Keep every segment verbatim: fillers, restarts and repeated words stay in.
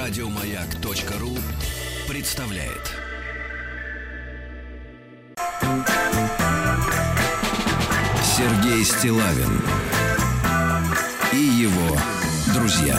Радиомаяк.ру представляет. Сергей Стиллавин и его друзья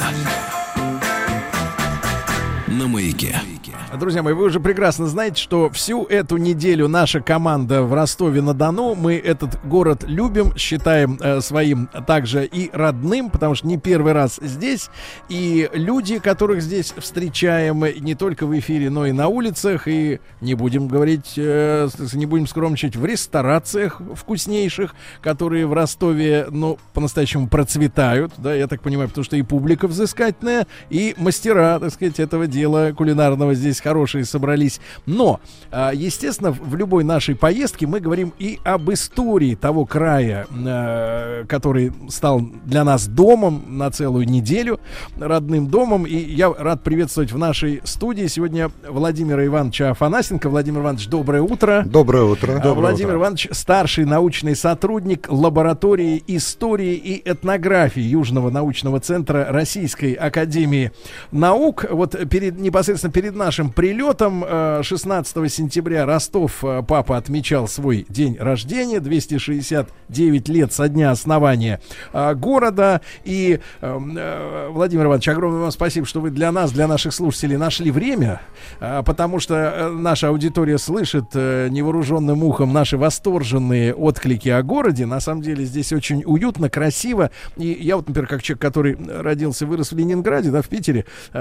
на Маяке. Друзья мои, вы уже прекрасно знаете, что всю эту неделю наша команда в Ростове-на-Дону, мы этот город любим, считаем э, своим также и родным, потому что не первый раз здесь. И люди, которых здесь встречаем не только в эфире, но и на улицах, и не будем говорить, э, не будем скромничать, в ресторациях вкуснейших, которые в Ростове, ну, по-настоящему процветают, да, я так понимаю, потому что и публика взыскательная, и мастера, так сказать, этого дела кулинарного здесь хорошие собрались. Но, естественно, в любой нашей поездке мы говорим и об истории того края, который стал для нас домом на целую неделю, родным домом. И я рад приветствовать в нашей студии сегодня Владимира Ивановича Афанасенко. Владимир Иванович, доброе утро. Доброе утро. Доброе Владимир утро. Иванович, старший научный сотрудник лаборатории истории и этнографии Южного научного центра Российской академии наук. Вот перед, непосредственно перед нашим прилетом шестнадцатого сентября Ростов, папа отмечал свой день рождения, двести шестьдесят девять лет со дня основания города. И, Владимир Иванович, огромное вам спасибо, что вы для нас, для наших слушателей нашли время, потому что наша аудитория слышит невооруженным ухом наши восторженные отклики о городе. На самом деле здесь очень уютно, красиво. И я вот, например, как человек, который родился, вырос в Ленинграде, да, в Питере,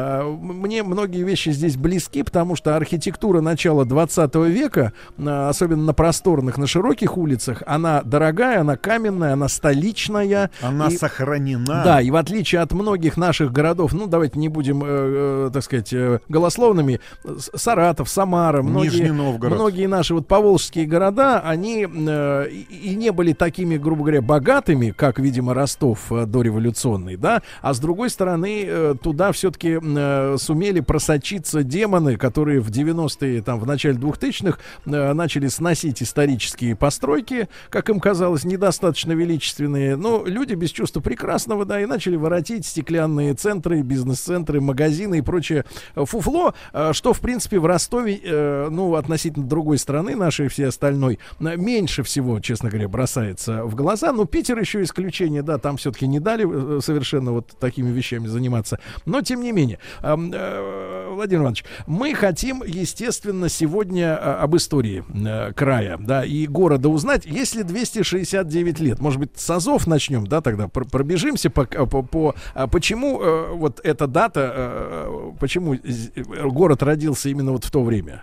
мне многие вещи здесь близки, потому что архитектура начала двадцатого века, особенно на просторных, на широких улицах, она дорогая, она каменная, она столичная. Она и, сохранена. Да, и в отличие от многих наших городов, ну, давайте не будем, э, э, так сказать, э, голословными, Саратов, Самара, многие, многие наши вот поволжские города, они э, и, и не были такими, грубо говоря, богатыми, как, видимо, Ростов э, дореволюционный, да, а с другой стороны, э, туда все-таки э, сумели просочиться демоны, которые в девяностые, там, в начале двухтысячных э, начали сносить исторические постройки, как им казалось, недостаточно величественные. Но люди без чувства прекрасного, да, и начали воротить стеклянные центры, бизнес-центры, магазины и прочее фуфло, э, что, в принципе, в Ростове, э, ну, относительно другой страны нашей, всей остальной, э, меньше всего, честно говоря, бросается в глаза. Но Питер еще исключение, да, там все-таки не дали э, совершенно вот такими вещами заниматься. Но, тем не менее, э, э, Владимир Иванович, мы хотим, естественно, сегодня а, об истории а, края, да, и города узнать. Если двести шестьдесят девять лет, может быть, с азов начнем, да, тогда пр- пробежимся по, по, по а, почему а, вот эта дата, а, почему город родился именно вот в то время?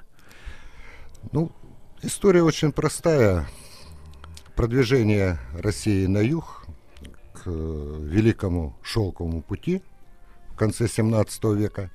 Ну, история очень простая. Продвижение России на юг к Великому Шелковому пути в конце семнадцатого века.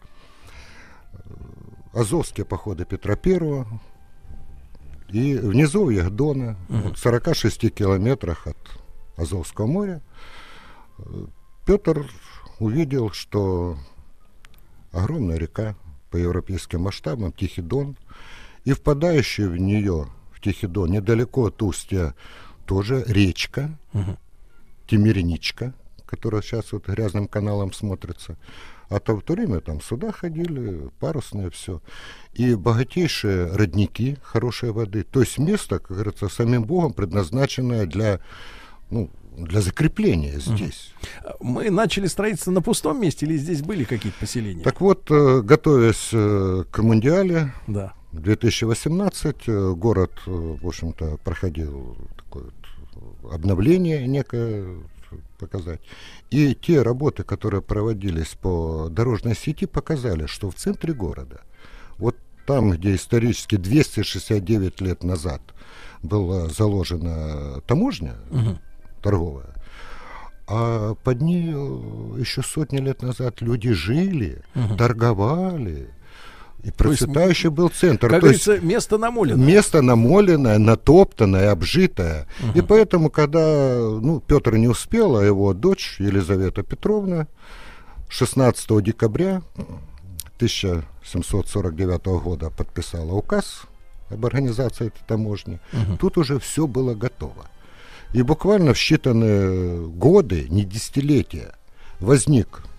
Азовские походы Петра Первого и в низовьях Дона, uh-huh. в сорока шести километрах от Азовского моря, Петр увидел, что огромная река по европейским масштабам, Тихий Дон, и впадающая в нее, в Тихий Дон, недалеко от устья, тоже речка, uh-huh. Темериничка, которая сейчас вот грязным каналом смотрится. А то в то время там суда ходили, парусные, все. И богатейшие родники хорошей воды. То есть место, как говорится, самим Богом предназначенное для, ну, для закрепления здесь. Мы начали строительство на пустом месте или здесь были какие-то поселения? Так вот, готовясь к Мундиале, да. две тысячи восемнадцатый, город, в общем-то, проходил такое вот обновление некое, показать. И те работы, которые проводились по дорожной сети, показали, что в центре города, вот там, где исторически двести шестьдесят девять лет назад была заложена таможня uh-huh. торговая, а под ней еще сотни лет назад люди жили, uh-huh. торговали. И процветающий есть, был центр. Как То говорится, есть, место намоленное. Место намоленное, натоптанное, обжитое. Uh-huh. И поэтому, когда ну, Петр не успел, а его дочь Елизавета Петровна шестнадцатого декабря тысяча семьсот сорок девятого года подписала указ об организации этой таможни. Uh-huh. Тут уже все было готово. И буквально в считанные годы, не десятилетия, возник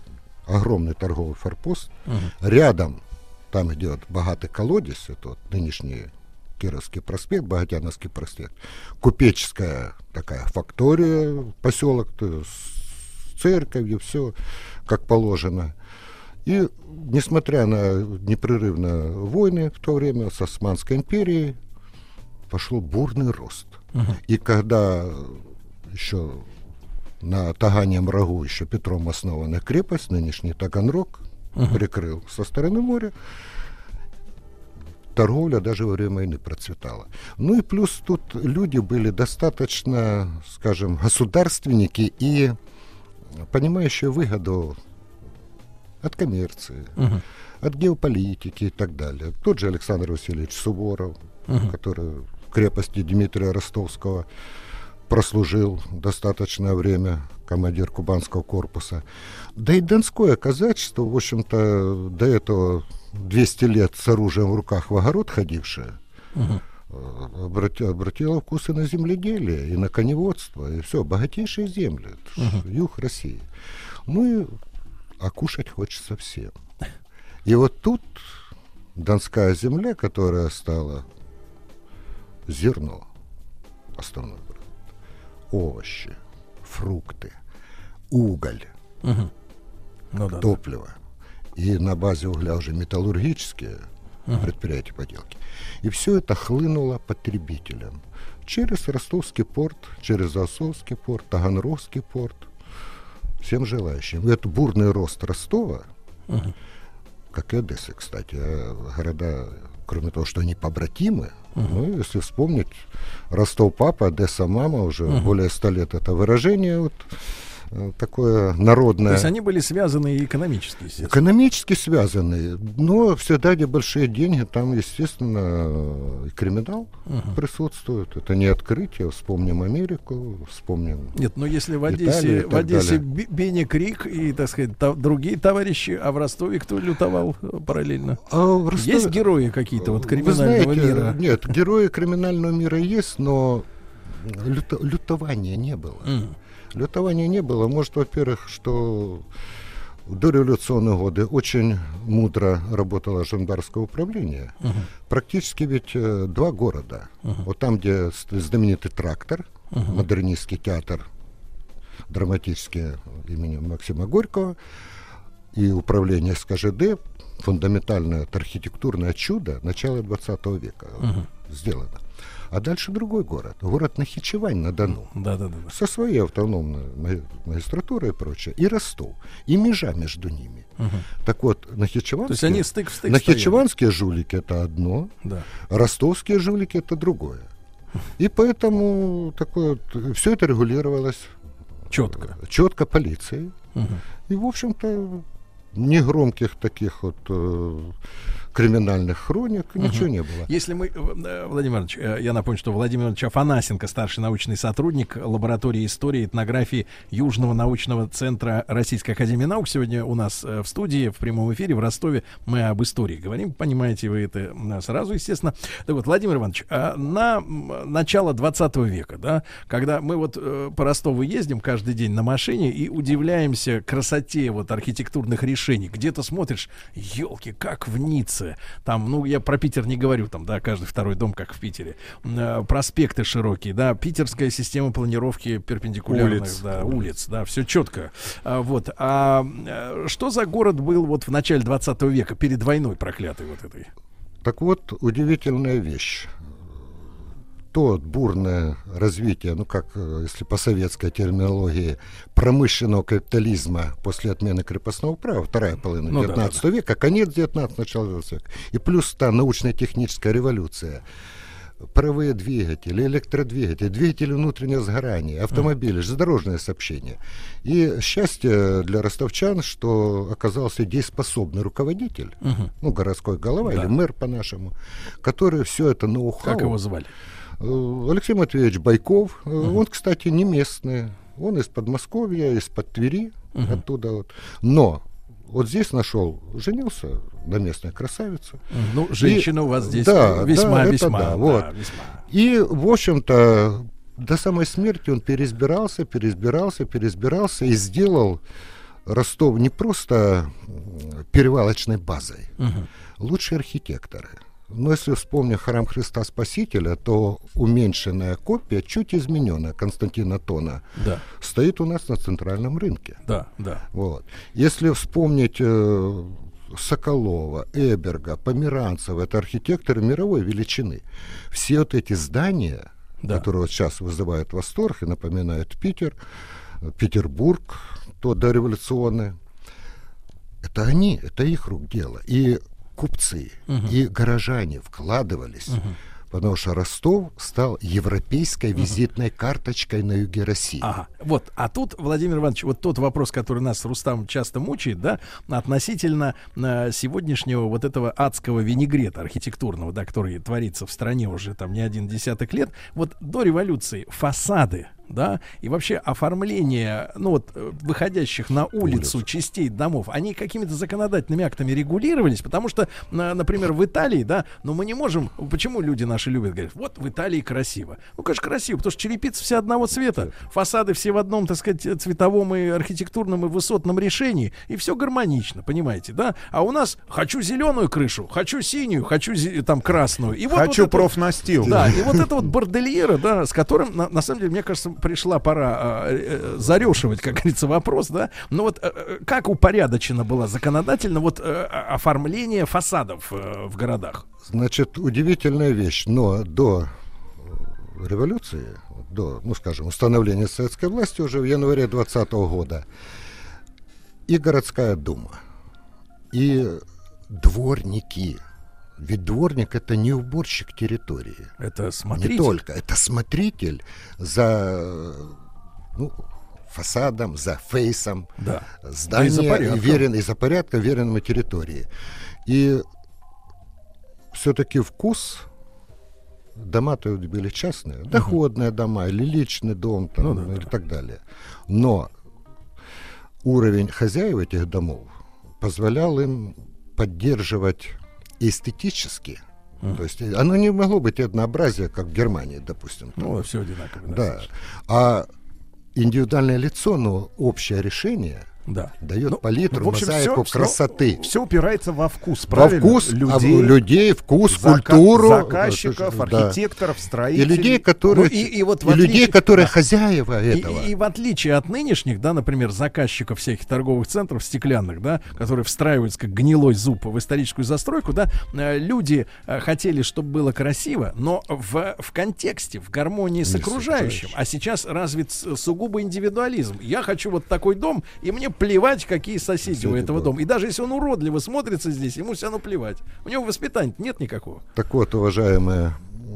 огромный торговый форпост. Uh-huh. Рядом, там идет богатый колодец, это вот нынешний Кировский проспект, Богатяновский проспект, купеческая такая фактория, поселок, с церковью, все как положено. И, несмотря на непрерывные войны в то время с Османской империей, пошел бурный рост. Uh-huh. И когда еще на Таганьем Рогу еще Петром основана крепость, нынешний Таганрог, uh-huh. прикрыл со стороны моря, торговля даже во время войны процветала. Ну и плюс тут люди были достаточно, скажем, государственники и понимающие выгоду от коммерции, uh-huh. от геополитики и так далее. Тот же Александр Васильевич Суворов, uh-huh. который в крепости Дмитрия Ростовского прослужил достаточное время, командир Кубанского корпуса. Да и Донское казачество, в общем-то, до этого двести лет с оружием в руках в огород ходившее, uh-huh. обрати, обратило вкусы на земледелие и на коневодство, и все, богатейшие земли, uh-huh. юг России. Ну и а кушать хочется всем. И вот тут Донская земля, которая стала зерно, основной продукт, овощи, фрукты, уголь, uh-huh. ну, да, топливо. И на базе угля уже металлургические uh-huh. предприятия, поделки. И все это хлынуло потребителям. Через Ростовский порт, через Азовский порт, Таганрогский порт. Всем желающим. И это бурный рост Ростова, uh-huh. как и Одессы, кстати. Города, кроме того, что они побратимы, uh-huh. ну, если вспомнить, Ростов-папа, Одесса-мама, уже uh-huh. более ста лет это выражение вот, такое народное. То есть они были связаны и экономически, естественно. Экономически связаны, но всегда, где большие деньги, там, естественно, и криминал uh-huh. присутствует. Это не открытие. Вспомним Америку, вспомним Нет, но если в Одессе, в Одессе Бенни Крик и, так сказать, та, другие товарищи, а в Ростове кто лютовал параллельно? А в Ростове... Есть герои какие-то вот криминального знаете, мира? Нет, герои криминального мира есть, но люто, лютования не было. Uh-huh. Лютования не было. Может, во-первых, что в дореволюционные годы очень мудро работало жандармское управление. Uh-huh. Практически ведь э, два города. Uh-huh. Вот там, где знаменитый трактор, uh-huh. модернистский театр драматический имени Максима Горького, и управление СКЖД, фундаментальное архитектурное чудо начала двадцатого века uh-huh. сделано. А дальше другой город. Город Нахичевань на Дону. Да, да, да. Со своей автономной магистратурой и прочее. И Ростов. И межа между ними. Угу. Так вот, нахичеванские... То есть они стык в стык Нахичеванские жулики — это одно, да. ростовские жулики — это другое. И поэтому такое вот, все это регулировалось четко. Четко полицией. Угу. И, в общем-то, негромких таких вот э, криминальных хроник, uh-huh. ничего не было. Если мы, Владимир Иванович, я напомню, что Владимир Иванович Афанасенко, старший научный сотрудник лаборатории истории и этнографии Южного научного центра Российской академии наук, сегодня у нас в студии, в прямом эфире в Ростове. Мы об истории говорим, понимаете вы это сразу, естественно. Так вот, Владимир Иванович, на начало двадцатого века, да, когда мы вот по Ростову ездим каждый день на машине и удивляемся красоте вот архитектурных решений, где-то смотришь, елки, как в Ницце. Там, ну, я про Питер не говорю, там, да, каждый второй дом, как в Питере. Э, проспекты широкие, да, питерская система планировки перпендикулярных, улиц, да, улиц, да, все четко. А, вот. А что за город был вот в начале двадцатого века, перед войной проклятой вот этой? Так вот, удивительная вещь. То бурное развитие, ну как, если по советской терминологии, промышленного капитализма после отмены крепостного права, вторая половина ну, девятнадцатого да, века, да. конец девятнадцатого, начало двадцатого века. И плюс та научно-техническая революция, паровые двигатели, электродвигатели, двигатели внутреннего сгорания, автомобили, железнодорожное сообщение. И счастье для ростовчан, что оказался дееспособный руководитель, uh-huh. ну, городской голова да. или мэр по-нашему, который все это ноу-хау... Как его звали? Алексей Матвеевич Байков. Uh-huh. Он, кстати, не местный. Он из Подмосковья, из-под Твери, uh-huh. оттуда вот. Но вот здесь нашел, женился на местной красавице. Ну, женщина и, у вас здесь да, весьма, да, весьма, да, да, вот. весьма. И, в общем-то, до самой смерти он переизбирался, переизбирался, переизбирался и сделал Ростов не просто перевалочной базой, угу. лучшие архитекторы. Но если вспомним храм Христа Спасителя, то уменьшенная копия, чуть измененная Константина Тона, да. стоит у нас на центральном рынке. Да, да. Вот. Если вспомнить э, Соколова, Эберга, Померанцева, это архитекторы мировой величины. Все вот эти здания, да. которые вот сейчас вызывают восторг и напоминают Питер, Петербург, то дореволюционный, это они, это их рук дело. И купцы, угу. и горожане вкладывались, угу. потому что Ростов стал европейской угу. визитной карточкой на юге России. Ага. Вот, а тут, Владимир Иванович, вот тот вопрос, который нас с Рустамом часто мучает, да, относительно э, сегодняшнего вот этого адского винегрета архитектурного, да, который творится в стране уже там не один десяток лет. Вот до революции фасады, да, и вообще оформление, ну вот, выходящих на улицу Улица. частей домов, они какими-то законодательными актами регулировались, потому что, например, в Италии, да, но мы не можем, почему люди наши любят, говорят, вот в Италии красиво. Ну, конечно, красиво, потому что черепицы все одного цвета, фасады все в одном, так сказать, цветовом и архитектурном и высотном решении, и все гармонично, понимаете, да? А у нас хочу зеленую крышу, хочу синюю, хочу зи- там красную. И вот, хочу вот профнастил. Вот, да, и вот это вот бордельера, да, с которым, на, на самом деле, мне кажется, пришла пора э, э, зарешивать, как говорится, вопрос, да. Но вот э, как упорядочено было законодательно вот э, оформление фасадов э, в городах? Значит, удивительная вещь, но до революции, до, ну, скажем, установления советской власти уже в январе двадцатого года и городская дума, и дворники. Ведь дворник — это не уборщик территории. Это смотритель. Не только. Это смотритель за, ну, фасадом, за фейсом, да. здания, да и, верен, и за порядком, веренной территории. И все-таки вкус, дома-то были частные, uh-huh. доходные дома или личный дом там, ну, да, и да. так далее. Но уровень хозяев этих домов позволял им поддерживать эстетически. Mm. То есть оно не могло быть однообразие, как в Германии, допустим. Ну, все одинаково. Да. да. А индивидуальное лицо, но общее решение да. дает ну, палитру, в общем, мозаику все, красоты. Все, все упирается во вкус, правильно? Во вкус людей, а, людей вкус, зака- культуру. Заказчиков, да. архитекторов, строителей. И людей, которые, ну, и, и вот и отличие, людей, которые да. хозяева этого. И, и в отличие от нынешних, да, например, заказчиков всяких торговых центров стеклянных, да, которые встраиваются как гнилой зуб в историческую застройку, да, люди хотели, чтобы было красиво, но в, в контексте, в гармонии с окружающим. А сейчас развит сугубо индивидуализм. Я хочу вот такой дом, и мне плевать, какие соседи у этого дома. И даже если он уродливо смотрится здесь, ему все равно плевать. У него воспитания нет никакого. Так вот, уважаемые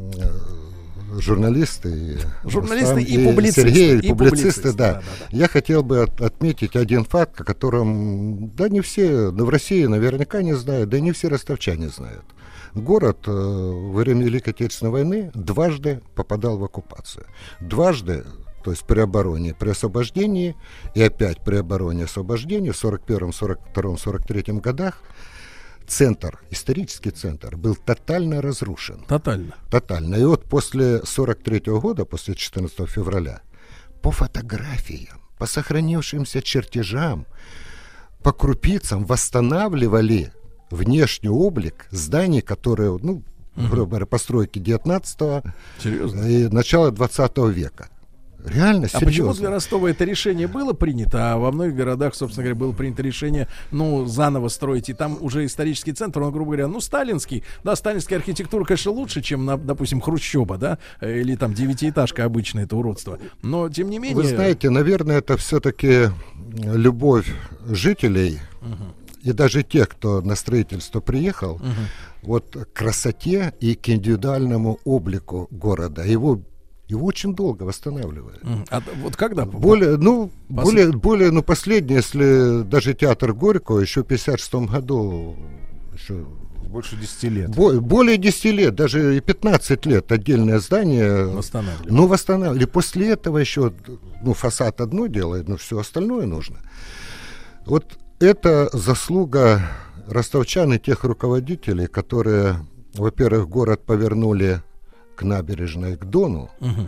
журналисты, журналисты и, и публицисты, Сергей, и и публицисты, публицисты да. Да, да, да. Я хотел бы от, отметить один факт, о котором, да, не все, да, в России наверняка не знают, да и не все ростовчане знают. Город э, во время Великой Отечественной войны дважды попадал в оккупацию. Дважды, то есть при обороне, при освобождении, и опять при обороне и освобождении в сорок первом, сорок втором, сорок третьем годах центр, исторический центр, был тотально разрушен. Тотально. Тотально. И вот после сорок третьего года, после четырнадцатого февраля, по фотографиям, по сохранившимся чертежам, по крупицам восстанавливали внешний облик зданий, которые, ну, uh-huh. грубо говоря, постройки девятнадцатого и начала двадцатого века. Реально, серьезно. А почему для Ростова это решение было принято, а во многих городах, собственно говоря, было принято решение, ну, заново строить, и там уже исторический центр, он, грубо говоря, ну, сталинский, да, сталинская архитектура, конечно, лучше, чем, на, допустим, Хрущеба, да, или там девятиэтажка обычная, это уродство, но, тем не менее... Вы знаете, наверное, это все-таки любовь жителей, uh-huh. и даже тех, кто на строительство приехал, uh-huh. вот к красоте и к индивидуальному облику города, его Его очень долго восстанавливают. А вот когда? Более, ну, более, более, ну, последнее, если даже театр Горького еще в пятьдесят шестом году, еще больше десяти лет. Бо, более десяти лет, даже и пятнадцать лет отдельное здание восстанавливали. Ну, восстанавливали. После этого еще, ну, фасад одно делает, но все остальное нужно. Вот это заслуга ростовчан и тех руководителей, которые, во-первых, город повернули к набережной, к Дону, угу.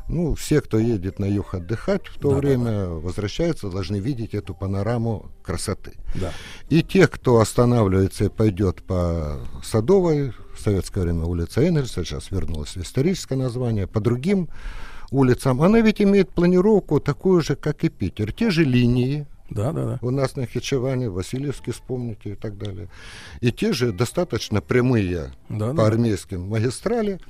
Ну, все, кто едет на юг отдыхать в то да, время, да, да. возвращаются, должны видеть эту панораму красоты. Да. И те, кто останавливается и пойдет по Садовой, в советское время улица Энгельса, сейчас вернулось в историческое название, по другим улицам, она ведь имеет планировку такую же, как и Питер. Те же линии. Да, да, да. У нас на Хичеване, Васильевске, вспомните, и так далее. И те же достаточно прямые да, по да. армейским магистрали.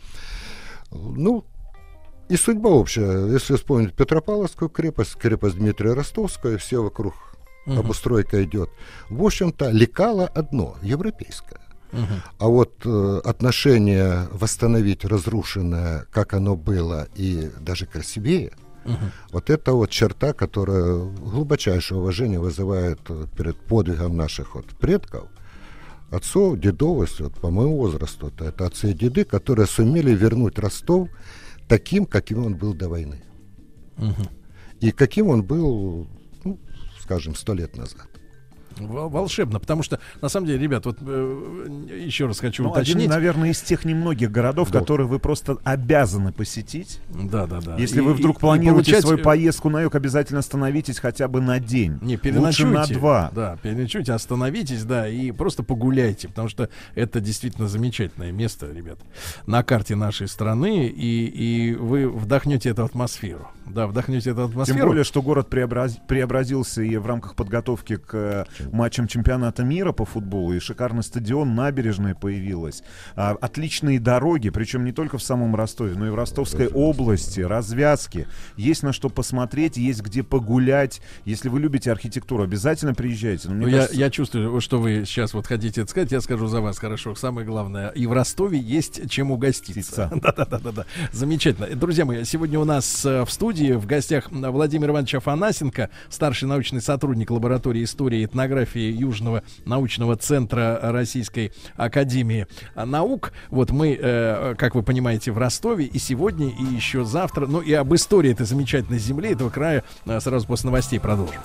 Ну, и судьба общая. Если вспомнить Петропавловскую крепость, крепость Дмитрия Ростовская, все вокруг uh-huh. обустройка идет. В общем-то, лекало одно, европейское. Uh-huh. А вот э, отношение восстановить разрушенное, как оно было, и даже красивее, uh-huh. вот это вот черта, которая глубочайшее уважение вызывает перед подвигом наших вот предков, отцов, дедов, вот, по моему возрасту, это, это отцы и деды, которые сумели вернуть Ростов таким, каким он был до войны. Uh-huh. И каким он был, ну, скажем, сто лет назад. Волшебно, потому что, на самом деле, ребят, вот э, еще раз хочу ну, уточнить. Один, наверное, из тех немногих городов, да. которые вы просто обязаны посетить. Да, да, да. Если и, вы вдруг и, планируете и получать... свою поездку на юг, обязательно остановитесь хотя бы на день. Не, переночуйте. Лучше на два. Да, переночуйте, остановитесь, да, и просто погуляйте, потому что это действительно замечательное место, ребят, на карте нашей страны, и, и вы вдохнете эту атмосферу. Да, вдохнете эту атмосферу. Тем более, что город преобраз... преобразился и в рамках подготовки к матчам чемпионата мира по футболу, и шикарный стадион, набережная появилась, а, отличные дороги, причем не только в самом Ростове, но и в Ростовской области, развязки. Есть на что посмотреть, есть где погулять. Если вы любите архитектуру, обязательно приезжайте. Но мне я, кажется... я чувствую, что вы сейчас вот хотите это сказать, я скажу за вас, хорошо. Самое главное, и в Ростове есть чем угоститься. Да-да-да. Замечательно. Друзья мои, сегодня у нас в студии в гостях Владимир Иванович Афанасенко, старший научный сотрудник лаборатории истории и этнографии Южного научного центра Российской академии наук. Вот мы, э, как вы понимаете, в Ростове и сегодня, и еще завтра. Ну и об истории этой замечательной земли, этого края э, сразу после новостей продолжим.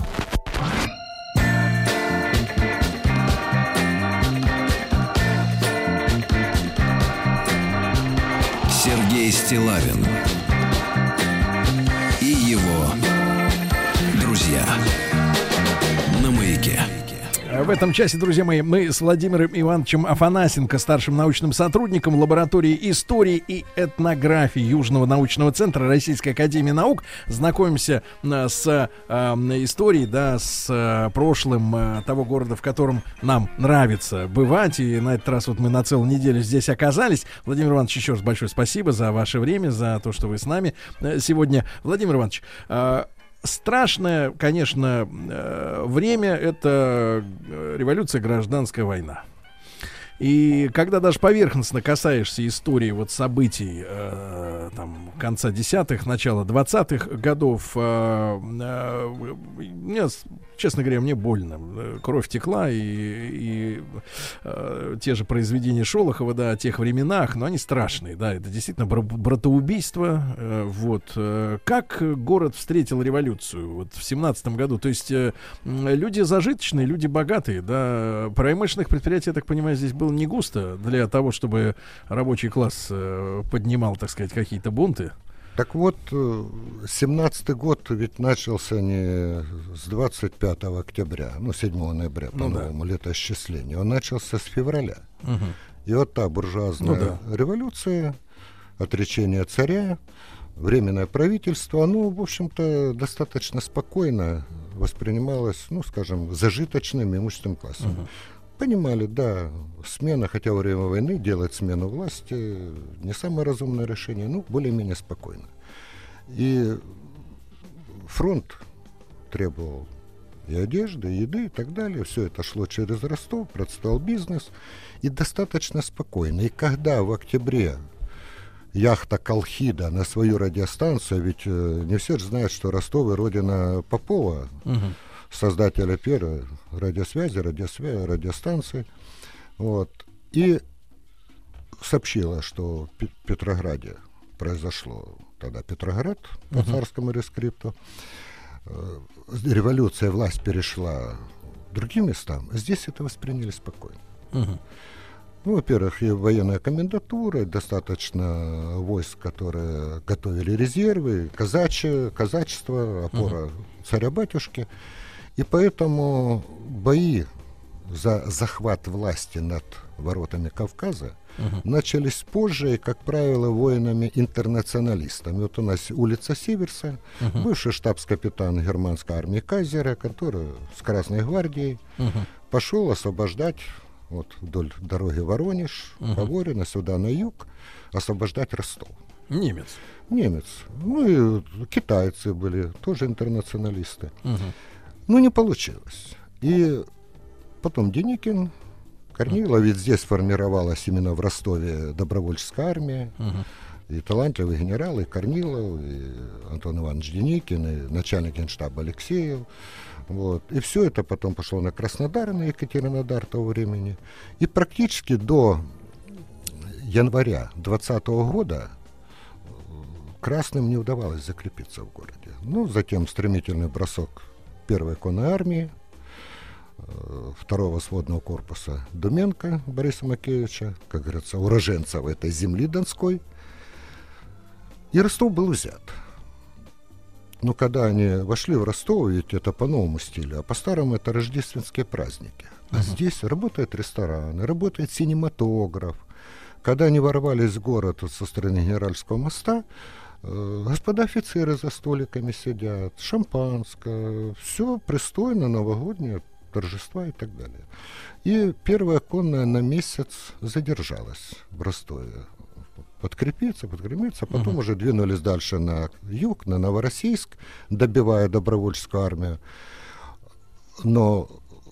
Сергей Стиллавин и его друзья на Маяке. В этом часе, друзья мои, мы с Владимиром Ивановичем Афанасенко, старшим научным сотрудником лаборатории истории и этнографии Южного научного центра Российской академии наук, знакомимся с э, историей, да, с э, прошлым э, того города, в котором нам нравится бывать. И на этот раз вот мы на целую неделю здесь оказались. Владимир Иванович, еще раз большое спасибо за ваше время, за то, что вы с нами сегодня. Владимир Иванович, э, страшное, конечно, время — это революция, гражданская война. И когда даже поверхностно касаешься истории вот событий э, там, конца десятых, начала двадцатых годов, э, э, мне, честно говоря, мне больно. Кровь текла, и, и э, те же произведения Шолохова, да, о тех временах, но они страшные, да, это действительно братоубийство. Э, вот. Как город встретил революцию вот в семнадцатом году? То есть э, люди зажиточные, люди богатые, да, промышленных предприятий, я так понимаю, здесь было не густо для того, чтобы рабочий класс э, поднимал, так сказать, какие-то бунты. Так вот, семнадцатый год ведь начался не с двадцать пятого октября, ну, седьмого ноября, ну, по-новому, да. летоисчисления. Он начался с февраля. Угу. И вот та буржуазная ну, да. революция, отречение царя, временное правительство, оно, в общем-то, достаточно спокойно воспринималось, ну, скажем, зажиточным имущественным классом. Угу. Понимали, да, смена, хотя во время войны делать смену власти не самое разумное решение, ну, более-менее спокойно. И фронт требовал и одежды, и еды, и так далее. Все это шло через Ростов, процветал бизнес, и достаточно спокойно. И когда в октябре яхта «Колхида» на свою радиостанцию, ведь э, не все же знают, что Ростов и родина Попова, угу. создателя первой радиосвязи, радиосвязи, радиостанции, вот, и сообщила, что в Петрограде произошло тогда Петроград по uh-huh. царскому рескрипту, революция, власть перешла к другим местам, здесь это восприняли спокойно. Uh-huh. Ну, во-первых, и военная комендатура, и достаточно войск, которые готовили резервы, казачье, казачество, опора uh-huh. царя-батюшки. И поэтому бои за захват власти над воротами Кавказа uh-huh. начались позже, и, как правило, воинами-интернационалистами. Вот у нас улица Сиверса, uh-huh. бывший штабс-капитан германской армии Кайзера, который с Красной гвардией uh-huh. пошел освобождать вот вдоль дороги Воронеж, uh-huh. Поворино, сюда на юг, освобождать Ростов. Немец. Немец. Ну и китайцы были, тоже интернационалисты. Uh-huh. Ну, не получилось. И потом Деникин, Корнилов, uh-huh. ведь здесь формировалась именно в Ростове добровольческая армия, uh-huh. и талантливые генералы, и Корнилов, и Антон Иванович Деникин, и начальник генштаба Алексеев. Вот. И все это потом пошло на Краснодар, на Екатеринодар того времени. И практически до января двадцатого года красным не удавалось закрепиться в городе. Ну, затем стремительный бросок первой конной армии, второго сводного корпуса Думенко Бориса Макеевича, как говорится, уроженцев этой земли Донской. И Ростов был взят. Но когда они вошли в Ростов, ведь это по новому стилю, а по-старому это рождественские праздники. А uh-huh. здесь работают рестораны, работает синематограф. Когда они ворвались в город вот, со стороны Генеральского моста, э, господа офицеры за столиками сидят, шампанское, все пристойно, новогоднее торжества и так далее. И первая конная на месяц задержалась в Ростове. Подкрепиться, подкрепиться, потом uh-huh. уже двинулись дальше на юг, на Новороссийск, добивая добровольческую армию. Но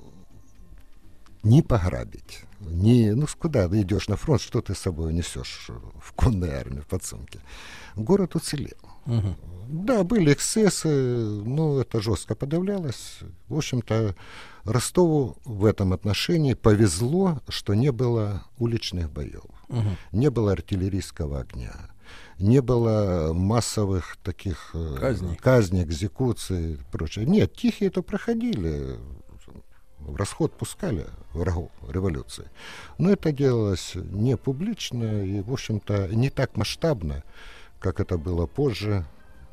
не пограбить, не, ну куда ты идешь на фронт, что ты с собой несешь в конной армии, в подсумке. Город уцелел. Uh-huh. Да, были эксцессы, но это жестко подавлялось. В общем-то, Ростову в этом отношении повезло, что не было уличных боев, uh-huh. не было артиллерийского огня, не было массовых таких казней, казней экзекуций и прочее. Нет, тихие это проходили, в расход пускали врагов революции. Но это делалось не публично и, в общем-то, не так масштабно, как это было позже,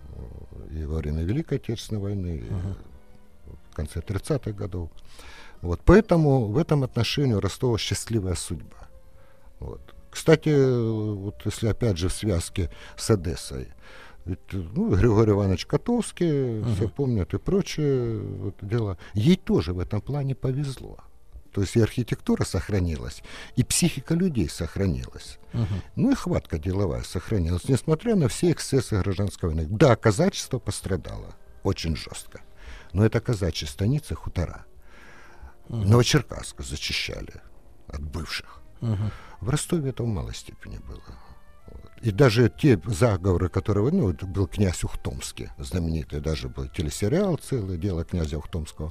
и во время Великой Отечественной войны, uh-huh. в конце тридцатых годов. Вот. Поэтому в этом отношении у Ростова счастливая судьба. Вот. Кстати, вот если опять же в связке с Одессой, ведь, ну, Григорий Иванович Котовский, uh-huh. все помнят и прочее вот, дела, ей тоже в этом плане повезло. То есть и архитектура сохранилась, и психика людей сохранилась. Uh-huh. Ну и хватка деловая сохранилась, несмотря на все эксцессы гражданской войны. Да, казачество пострадало очень жестко. Но это казачьи станицы, хутора. Uh-huh. Новочеркасск зачищали от бывших. Uh-huh. В Ростове это в малой степени было. И даже те заговоры, которые... Ну, это был князь Ухтомский, знаменитый, даже был телесериал целый, дело князя Ухтомского.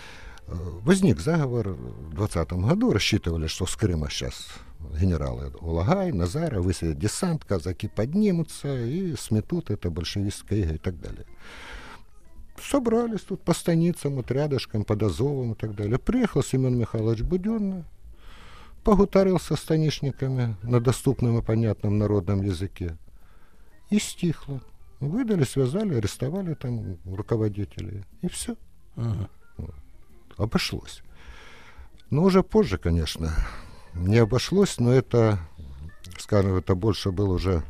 Возник заговор в двадцатом году, рассчитывали, что с Крыма сейчас генералы Улагай, Назаров высадят десант, казаки поднимутся и сметут это большевистское иго и так далее. Собрались тут по станицам, вот рядышком, под Азовом и так далее. Приехал Семен Михайлович Буденный, погутарил со станичниками на доступном и понятном народном языке. И стихло. Выдали, связали, арестовали там руководителей. И все. Uh-huh. Вот. Обошлось. Но уже позже, конечно, не обошлось, но это, скажем, это больше было уже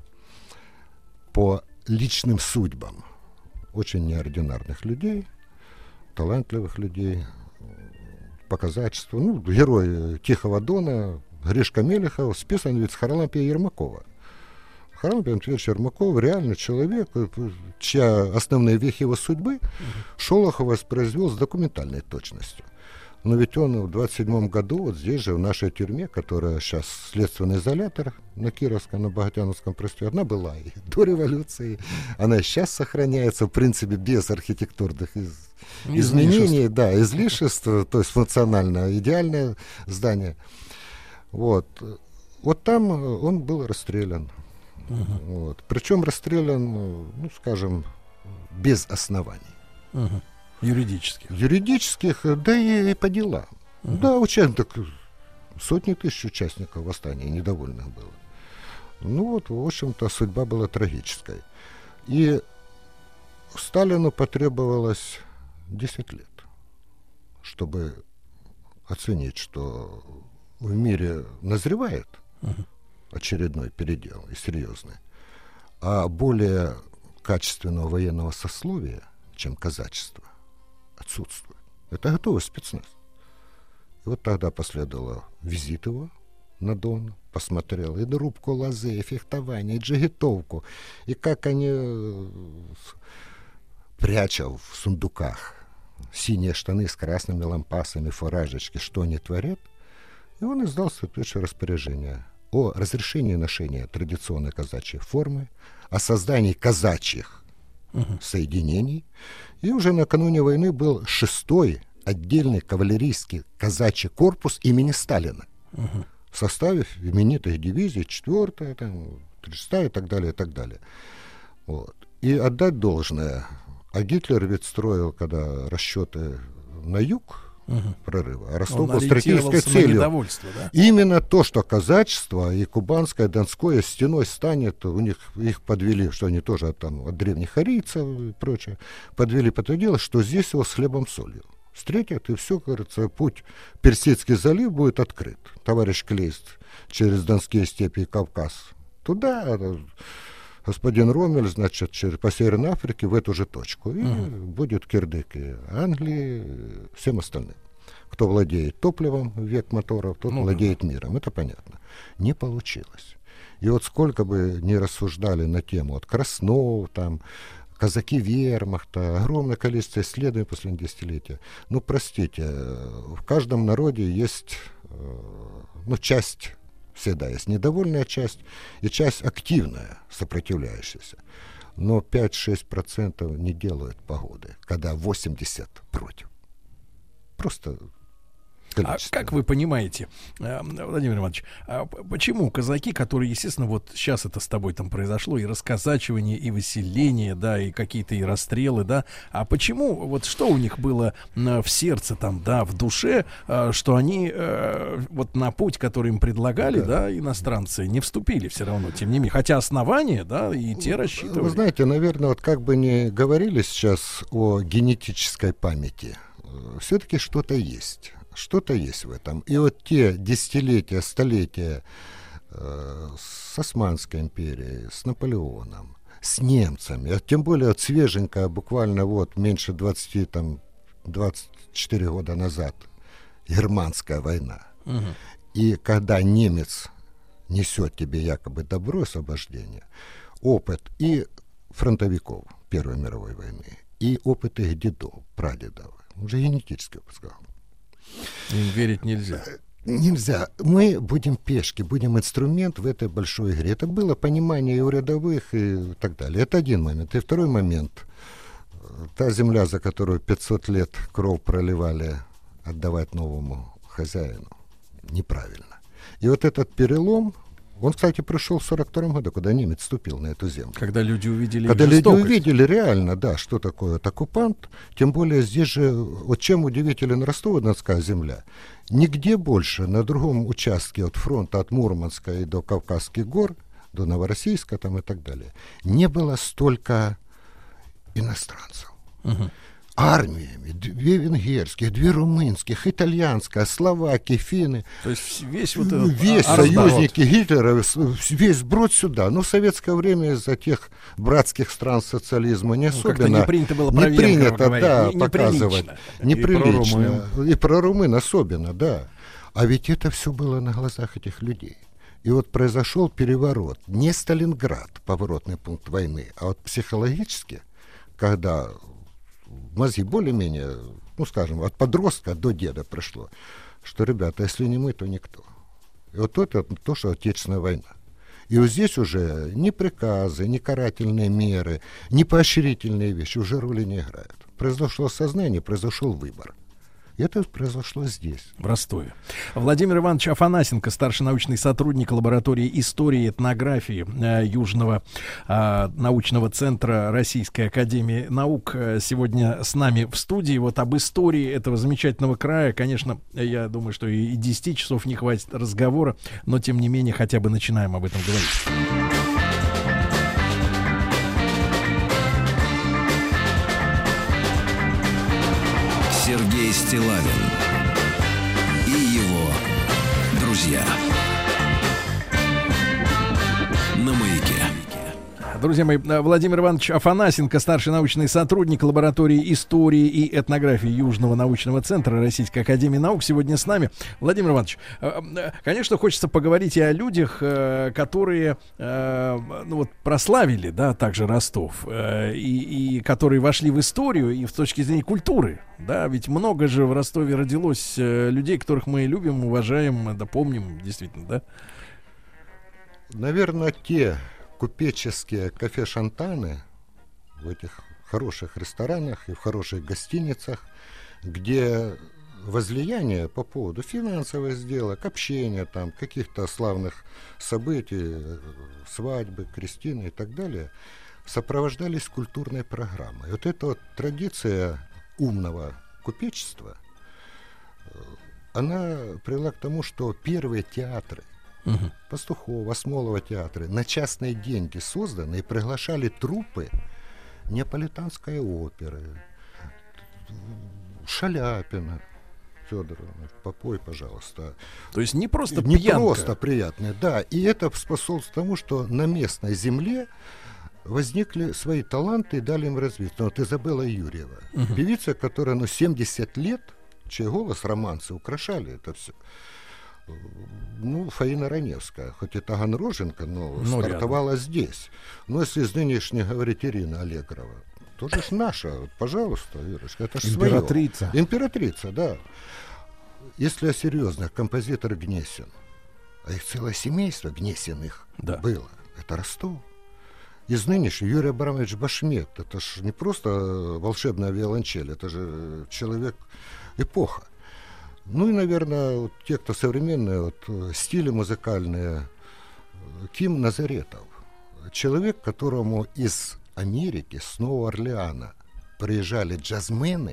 по личным судьбам очень неординарных людей, талантливых людей, по казачеству. Ну, герой Тихого Дона, Гришка Мелехов, списан ведь с Харлампия Ермакова. Харлампий Антонович Ермаков реально человек, чья основные вехи его судьбы uh-huh. Шолохов воспроизвел с документальной точностью. Но ведь он в двадцать седьмом году, вот здесь же, в нашей тюрьме, которая сейчас следственный изолятор на Кировском, на Богатяновском проспекте, она была и до революции, она и сейчас сохраняется, в принципе, без архитектурных из... изменений, да, излишеств, то есть функционально идеальное здание. Вот. Вот там он был расстрелян. Uh-huh. Вот. Причем расстрелян, ну, скажем, без оснований. Uh-huh. Юридических. Юридических, да и, и по делам. Uh-huh. Да, участок сотни тысяч участников восстания недовольных было. Ну вот, в общем-то, судьба была трагической. И Сталину потребовалось десять лет, чтобы оценить, что в мире назревает uh-huh. очередной передел, и серьезный, а более качественного военного сословия, чем казачество, отсутствует. Это готовый спецназ. И вот тогда последовал визит его на Дон, посмотрел и на рубку лозы, и фехтование, и джигитовку, и как они, пряча в сундуках синие штаны с красными лампасами, фуражечки, что они творят, и он издал соответствующее распоряжение о разрешении ношения традиционной казачьей формы, о создании казачьих uh-huh. соединений, и уже накануне войны был шестой отдельный кавалерийский казачий корпус имени Сталина, uh-huh. в составе именитых дивизий, четвертая, там, шестая и так далее, и так далее. Вот. И отдать должное. А Гитлер ведь строил, когда расчеты на юг угу. прорыва, а Ростов был стратегической целью. Да? Именно то, что казачество и кубанское, донское стеной станет, у них их подвели, что они тоже там от древних арийцев и прочее, подвели под это дело, что здесь его с хлебом солью встретят, и все, кажется, путь в Персидский залив будет открыт. Товарищ Клейст через Донские степи и Кавказ туда, господин Роммель, значит, через, по Северной Африке в эту же точку. И uh-huh. будет кирдык и Англии, всем остальным. Кто владеет топливом, век моторов, тот ну, владеет миром. Это понятно. Не получилось. И вот сколько бы ни рассуждали на тему от Краснов, там, казаки вермахта, огромное количество исследований после десятилетия. Ну, простите, в каждом народе есть, ну, часть, всегда есть недовольная часть и часть активная, сопротивляющаяся. Но пять-шесть процентов не делают погоды, когда восемьдесят процентов против. Просто... А как вы понимаете, Владимир Иванович, а почему казаки, которые, естественно, вот сейчас это с тобой там произошло, и расказачивание, и выселение, да, и какие-то и расстрелы, да, а почему, вот что у них было в сердце там, да, в душе, что они вот на путь, который им предлагали, да, да иностранцы, не вступили все равно, тем не менее, хотя основания, да, и те рассчитывали. Вы знаете, наверное, вот как бы не говорили сейчас о генетической памяти, все-таки что-то есть. Что-то есть в этом. И вот те десятилетия, столетия э, с Османской империей, с Наполеоном, с немцами, а тем более вот свеженькая, буквально вот меньше двадцати, там, двадцать четыре года назад, германская война. Угу. И когда немец несет тебе якобы добро и освобождение, опыт и фронтовиков Первой мировой войны, и опыт их дедов, прадедов, уже генетически, я бы сказал. Им верить нельзя. Нельзя. Мы будем пешки, будем инструмент в этой большой игре. Это было понимание и у рядовых, и так далее. Это один момент. И второй момент. Та земля, за которую пятьсот лет кровь проливали, отдавать новому хозяину, неправильно. И вот этот перелом, он, кстати, пришел в сорок втором году, когда немец вступил на эту землю. Когда люди увидели Когда люди увидели реально, да, что такое вот оккупант. Тем более здесь же, вот чем удивителен Ростово-Донская земля. Нигде больше на другом участке от фронта, от Мурманска и до Кавказских гор, до Новороссийска там и так далее, не было столько иностранцев. Угу. Армиями, две венгерских, две румынских, итальянская, словаки, финны. То есть весь вот этот весь а- союзники Гитлера, весь сброд сюда. Но в советское время из-за тех братских стран социализма не ну, особенно... не принято было не принято, да, не, показывать. Неприлично. И про, и про румын особенно, да. А ведь это все было на глазах этих людей. И вот произошел переворот. Не Сталинград, поворотный пункт войны, а вот психологически, когда... мозги более-менее, ну, скажем, от подростка до деда пришло, что, ребята, если не мы, то никто. И вот это то, что Отечественная война. И вот здесь уже ни приказы, ни карательные меры, ни поощрительные вещи уже роли не играют. Произошло сознание, произошел выбор. И это произошло здесь. В Ростове. Владимир Иванович Афанасенко, старший научный сотрудник лаборатории истории и этнографии э, Южного э, научного центра Российской академии наук, э, сегодня с нами в студии. Вот об истории этого замечательного края, конечно, я думаю, что и десяти часов не хватит разговора, но тем не менее хотя бы начинаем об этом говорить. Сергей Стиллавин и его друзья на Маяке. Друзья мои, Владимир Иванович Афанасенко, старший научный сотрудник лаборатории истории и этнографии Южного научного центра Российской академии наук, сегодня с нами. Владимир Иванович, конечно, хочется поговорить и о людях, которые, ну вот, прославили, да, также Ростов, и, и которые вошли в историю и в точке зрения культуры, да, ведь много же в Ростове родилось людей, которых мы любим, уважаем, да, помним, действительно, да? Наверное, те купеческие кафе-шантаны в этих хороших ресторанах и в хороших гостиницах, где возлияние по поводу финансовых сделок, общения, там, каких-то славных событий, свадьбы, крестины и так далее, сопровождались культурной программой. Вот эта вот традиция умного купечества, она привела к тому, что первые театры Uh-huh. Пастухова, Смолова театры на частные деньги созданы и приглашали труппы неаполитанской оперы, Шаляпина, Федоровна, попой, пожалуйста. То есть не просто не пьянка. просто приятное, да. И это способствует тому, что на местной земле возникли свои таланты и дали им развиться. Вот Изабелла Юрьева, uh-huh. певица, которая, ну, семьдесят лет, чей голос, романсы украшали это все. Ну, Фаина Раневская, хоть и Таганроженко, но ну, стартовала рядом. Здесь. Но если из нынешних говорить Ирина Аллегрова, тоже ж наша, вот, пожалуйста, Ирочка, это ж императрица. Своё. Императрица, да. Если о серьезных, композитор Гнесин, а их целое семейство Гнесиных да. было, это Ростов. Из нынешних Юрий Абрамович Башмет, это ж не просто волшебная виолончель, это же человек эпоха. Ну и, наверное, вот те, кто современные, вот, стили музыкальные, Ким Назаретов. Человек, которому из Америки, с Нового Орлеана, приезжали джазмены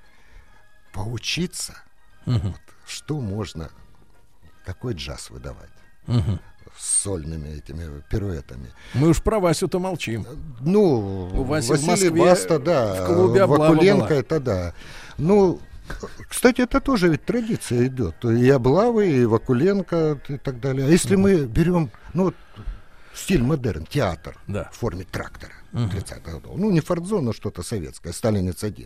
поучиться, uh-huh. вот, что можно, какой джаз выдавать. Uh-huh. С сольными этими пируэтами. Мы уж про Васю-то молчим. Ну, У Васи Василий в Москве, Баста, да. В клубе Вакуленко, это да. Ну, кстати, это тоже ведь традиция идет. И Облавы, и Вакуленко, и так далее. А если uh-huh. мы берем, ну, вот, стиль модерн, театр да. в форме трактора uh-huh. тридцатых годов. Ну, не Фордзон, но что-то советское, Сталинец один.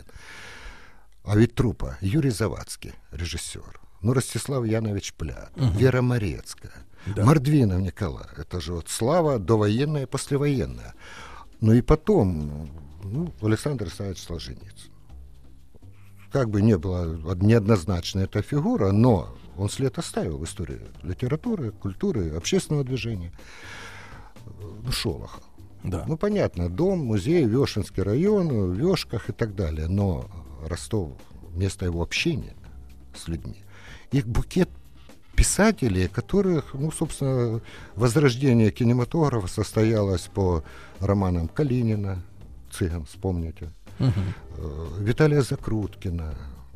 А ведь труппа Юрий Завадский, режиссер. Ну, Ростислав Янович Плят, uh-huh. Вера Морецкая, да. Мордвинов Николай. Это же вот слава довоенная и послевоенная. Ну и потом, ну, Александр Александрович Солженицын. Как бы не была неоднозначная эта фигура, но он след оставил в истории литературы, культуры, общественного движения. Ну, Шолохов. Да. Ну, понятно, дом, музей, Вешенский район, в Вешках и так далее. Но Ростов — место его общения с людьми. Их букет писателей, которых, ну, собственно, возрождение кинематографа состоялось по романам Калинина, «Цыган», вспомните, uh-huh. Виталия Закруткина,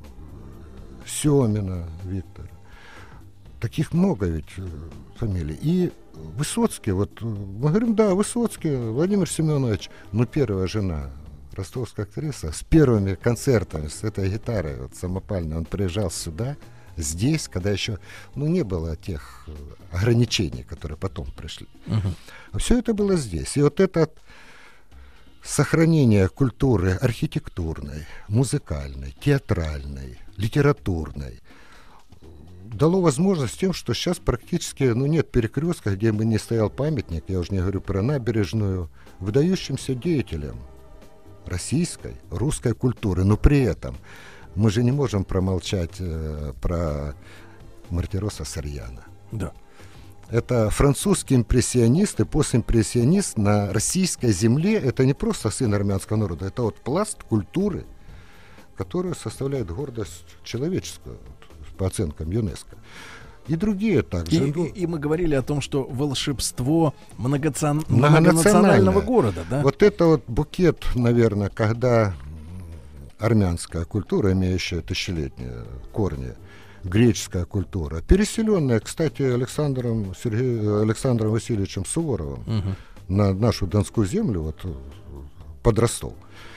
Семина Виктора. Таких много ведь фамилий. И Высоцкий, вот мы говорим, да, Высоцкий, Владимир Семенович, ну, первая жена, ростовская актриса, с первыми концертами, с этой гитарой вот, самопальной, он приезжал сюда, здесь, когда еще, ну, не было тех ограничений, которые потом пришли. Uh-huh. А все это было здесь. И вот этот сохранение культуры архитектурной, музыкальной, театральной, литературной дало возможность тем, что сейчас практически, ну, нет перекрестка, где бы не стоял памятник, я уже не говорю про набережную, выдающимся деятелям российской, русской культуры. Но при этом мы же не можем промолчать э, про Мартироса Сарьяна. Да. Это французский импрессионист и постимпрессионист на российской земле. Это не просто сын армянского народа, это вот пласт культуры, которая составляет гордость человеческую, по оценкам ЮНЕСКО. И другие также. И, и, и мы говорили о том, что волшебство многоци... многонационального города, да? Вот это вот букет, наверное, когда армянская культура, имеющая тысячелетние корни, греческая культура, переселенная, кстати, Александром, Сергеем, Александром Васильевичем Суворовым угу. на нашу Донскую землю, вот, под Ростов.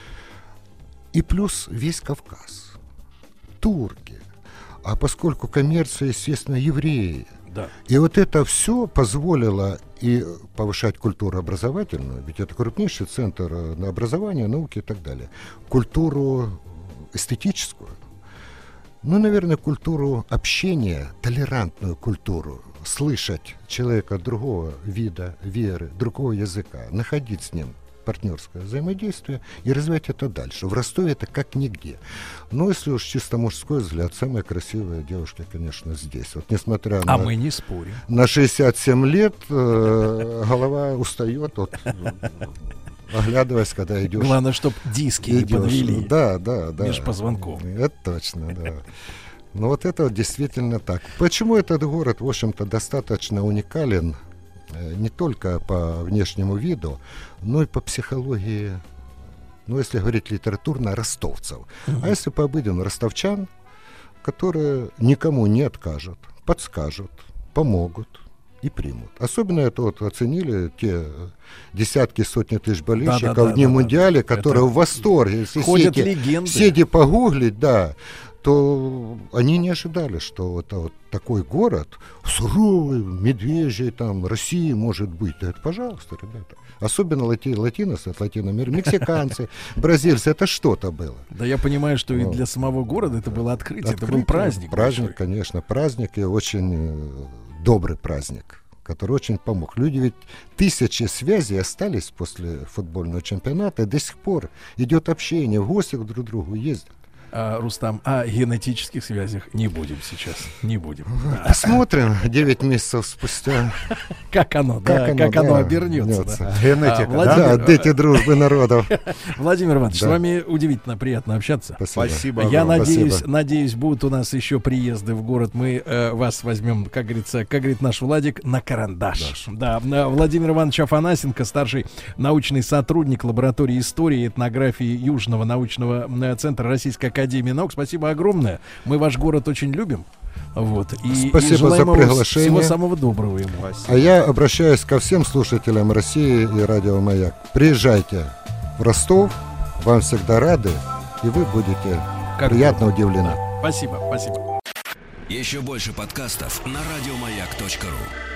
И плюс весь Кавказ, турки. А поскольку коммерция, естественно, евреи. Да. И вот это все позволило и повышать культуру образовательную, ведь это крупнейший центр на образование, науки и так далее. Культуру эстетическую, ну, наверное, культуру общения, толерантную культуру, слышать человека другого вида, веры, другого языка, находить с ним партнерское взаимодействие и развивать это дальше. В Ростове это как нигде. Но если уж чисто мужской взгляд, самые красивые девушки, конечно, здесь. Вот несмотря а на, мы не спорим. на шестьдесят семь лет, э, голова устает от, оглядываясь, когда идешь. Главное, чтобы диски идешь, не подвели. Да, да, да. Меж позвонков. Это точно, да. Но вот это вот действительно так. Почему этот город, в общем-то, достаточно уникален? Не только по внешнему виду, но и по психологии, ну, если говорить литературно, ростовцев. Uh-huh. А если по-обыденному, ростовчан, которые никому не откажут, подскажут, помогут и примут. Особенно это вот оценили те десятки, сотни тысяч болельщиков в Дни Мундиале, которые это... в восторге. Если ходят легенды. Сети погуглить, да, то они не ожидали, что вот, вот такой город, суровый, медвежий, там, России может быть. Это, пожалуйста, ребята. Особенно лати, латиносы, от Латиноамерики, мексиканцы, бразильцы, это что-то было. Да я понимаю, что ну, и для самого города это было открытие, открытие это был праздник. Праздник, большой. Конечно, праздник и очень добрый праздник, который очень помог. Люди ведь тысячи связей остались после футбольного чемпионата, и до сих пор идет общение, в гости друг к другу ездят. А, Рустам, о генетических связях не будем сейчас, не будем. Посмотрим девять месяцев спустя. Как оно, да, как оно обернется. Генетика, да, дети дружбы народов. Владимир Иванович, с вами удивительно приятно общаться. Спасибо. Я надеюсь, надеюсь, будут у нас еще приезды в город. Мы вас возьмем, как говорится, как говорит наш Владик, на карандаш. Да, Владимир Иванович Афанасенко, старший научный сотрудник лаборатории истории и этнографии Южного научного центра Российской академии Академии наук. Спасибо огромное. Мы ваш город очень любим. Вот. И, Спасибо и за приглашение. Всего самого доброго ему. Спасибо. А я обращаюсь ко всем слушателям России и Радио Маяк. Приезжайте в Ростов. Вам всегда рады. И вы будете как приятно будет. удивлены. Да. Спасибо, спасибо. Еще больше подкастов на радиомаяк точка ру.